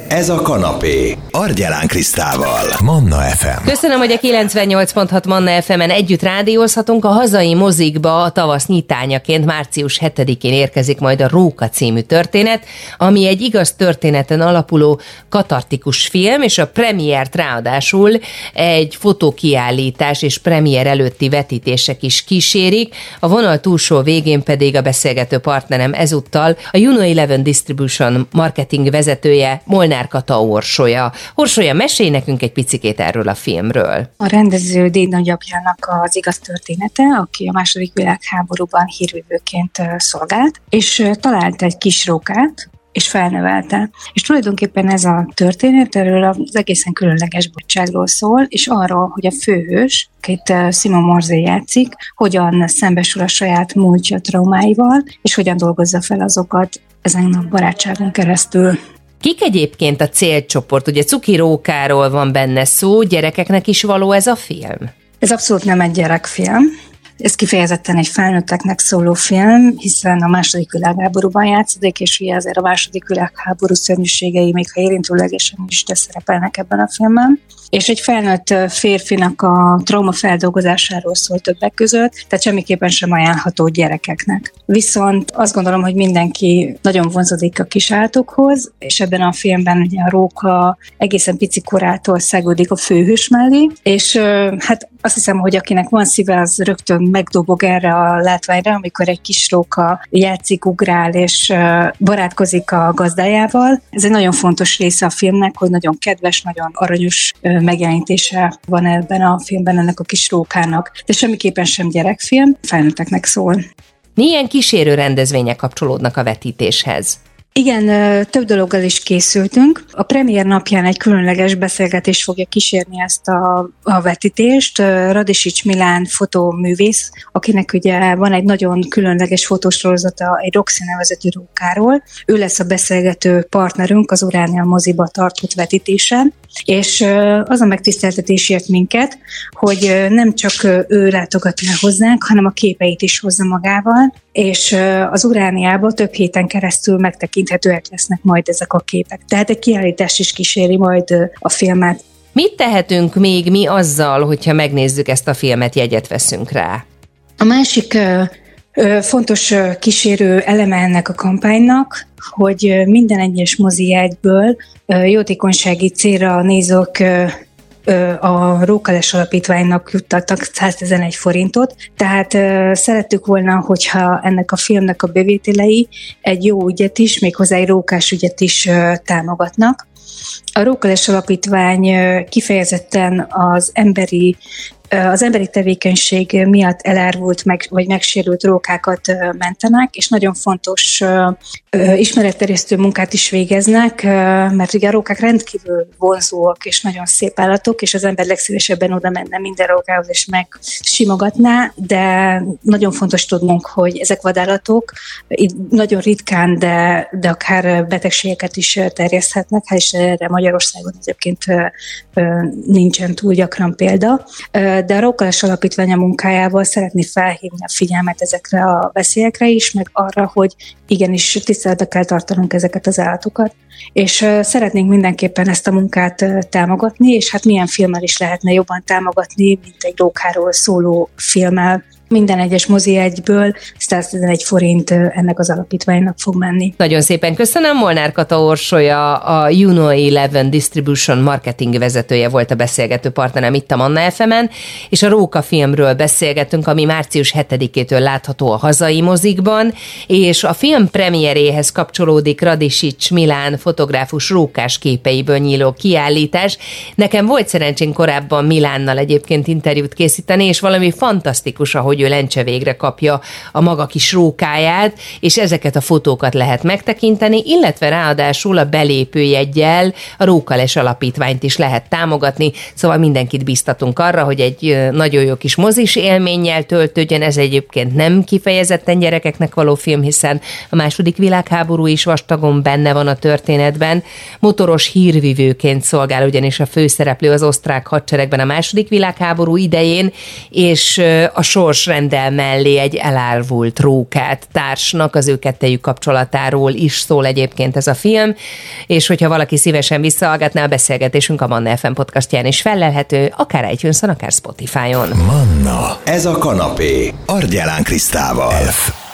Ez a kanapé. Argyelán Krisztával. Manna FM. Köszönöm, hogy a 98.6 Manna FM-en együtt rádiózhatunk. A hazai mozikba a tavasz nyitányaként március 7-én érkezik majd a Róka című történet, ami egy igaz történeten alapuló katartikus film, és a premiért ráadásul egy fotókiállítás és premier előtti vetítések is kísérik. A vonal túlsó végén pedig a beszélgető partnerem ezúttal a Juno 11 Distribution marketing vezetője, Molnár Kata Orsolya. Orsolya, mesélj nekünk egy picikét erről a filmről. A rendező Déd nagyapjának az igaz története, aki a II. Világháborúban hírvívőként szolgált, és talált egy kis rókát, és felnevelte. És tulajdonképpen ez a történet erről az egészen különleges boldogságról szól, és arról, hogy a főhős, akit Simon Morzé játszik, hogyan szembesül a saját múltja traumáival, és hogyan dolgozza fel azokat ezen a barátságon keresztül. Kik egyébként a célcsoport? Ugye cuki rókáról van benne szó, gyerekeknek is való ez a film? Ez abszolút nem egy gyerekfilm. Ez kifejezetten egy felnőtteknek szóló film, hiszen a II. Világháborúban játszódik, és ugye azért a II. Világháború szörnyűségei, még ha érintőlegesen is, de szerepelnek ebben a filmben. És egy felnőtt férfinak a traumafeldolgozásáról szól többek között, tehát semmiképpen sem ajánlható gyerekeknek. Viszont azt gondolom, hogy mindenki nagyon vonzódik a kisállatokhoz, és ebben a filmben ugye a róka egészen pici korától szegődik a főhős mellé, és hát azt hiszem, hogy akinek van szíve, az rögtön megdobog erre a látványra, amikor egy kis róka játszik, ugrál és barátkozik a gazdájával. Ez egy nagyon fontos része a filmnek, hogy nagyon kedves, nagyon aranyos megjelenítése van ebben a filmben ennek a kis rókának. De semmiképpen sem gyerekfilm, felnőtteknek szól. Milyen kísérő rendezvények kapcsolódnak a vetítéshez? Igen, több dologgal is készültünk. A premier napján egy különleges beszélgetés fogja kísérni ezt a vetítést. Radisics Milán fotóművész, akinek ugye van egy nagyon különleges fotósorozata egy Roxy nevezetű rókáról. Ő lesz a beszélgető partnerünk az Uránia moziba tartott vetítésen, és az a megtiszteltetés ért minket, hogy nem csak ő látogat el hozzánk, hanem a képeit is hozza magával, és az Urániában több héten keresztül megtekinthetőek lesznek majd ezek a képek. Tehát egy kiállítás is kíséri majd a filmet. Mit tehetünk még mi azzal, hogyha megnézzük ezt a filmet, jegyet veszünk rá? A másik fontos kísérő eleme ennek a kampánynak, hogy minden egyes mozi jegyből jótékonysági célra a nézők a Rókales Alapítványnak juttattak 111 forintot, tehát szerettük volna, hogyha ennek a filmnek a bevételei egy jó ügyet is, méghozzá egy rókás ügyet is támogatnak. A Rókales Alapítvány kifejezetten az emberi tevékenység miatt elárvult vagy megsérült rókákat mentenek, és nagyon fontos ismeretterjesztő munkát is végeznek, mert ugye a rókák rendkívül vonzóak és nagyon szép állatok, és az ember legszívesebben oda menne minden rókához és megsimogatná, de nagyon fontos tudnunk, hogy ezek vadállatok nagyon ritkán, de akár betegségeket is terjeszthetnek, és erre Magyarországon egyébként nincsen túl gyakran példa. De a Rókales Alapítvány munkájával szeretné felhívni a figyelmet ezekre a veszélyekre is, meg arra, hogy igenis tiszteletbe kell tartanunk ezeket az állatokat. És szeretnénk mindenképpen ezt a munkát támogatni, és hát milyen filmmel is lehetne jobban támogatni, mint egy rókáról szóló filmmel. Minden egyes mozi egyből 111 forint ennek az alapítványnak fog menni. Nagyon szépen köszönöm, Molnár Kata Orsolya, a Juno 11 Distribution marketing vezetője volt a beszélgető partnerem itt a Manna FM-en, és a Róka filmről beszélgetünk, ami március 7-től látható a hazai mozikban, és a film premieréhez kapcsolódik Radisics Milán fotográfus rókás képeiből nyíló kiállítás. Nekem volt szerencsém korábban Milánnal egyébként interjút készíteni, és valami fantasztikus, ahogy ő lencse végre kapja a maga kis rókáját, és ezeket a fotókat lehet megtekinteni, illetve ráadásul a belépőjeggyel a Rókales Alapítványt is lehet támogatni, szóval mindenkit biztatunk arra, hogy egy nagyon jó kis mozis élménnyel töltődjön. Ez egyébként nem kifejezetten gyerekeknek való film, hiszen a II. Világháború is vastagon benne van a történetben. Motoros hírvivőként szolgál ugyanis a főszereplő az osztrák hadseregben a II. Világháború idején, és a sors rendel mellé egy elárvult rókát társnak, az ő kettejük kapcsolatáról is szól egyébként ez a film, és hogyha valaki szívesen visszahallgatná, a beszélgetésünk a Manna FM podcastján is fellelhető, akár iTunes-on, akár Spotify-on. Manna, ez a kanapé, Argyelán Krisztával.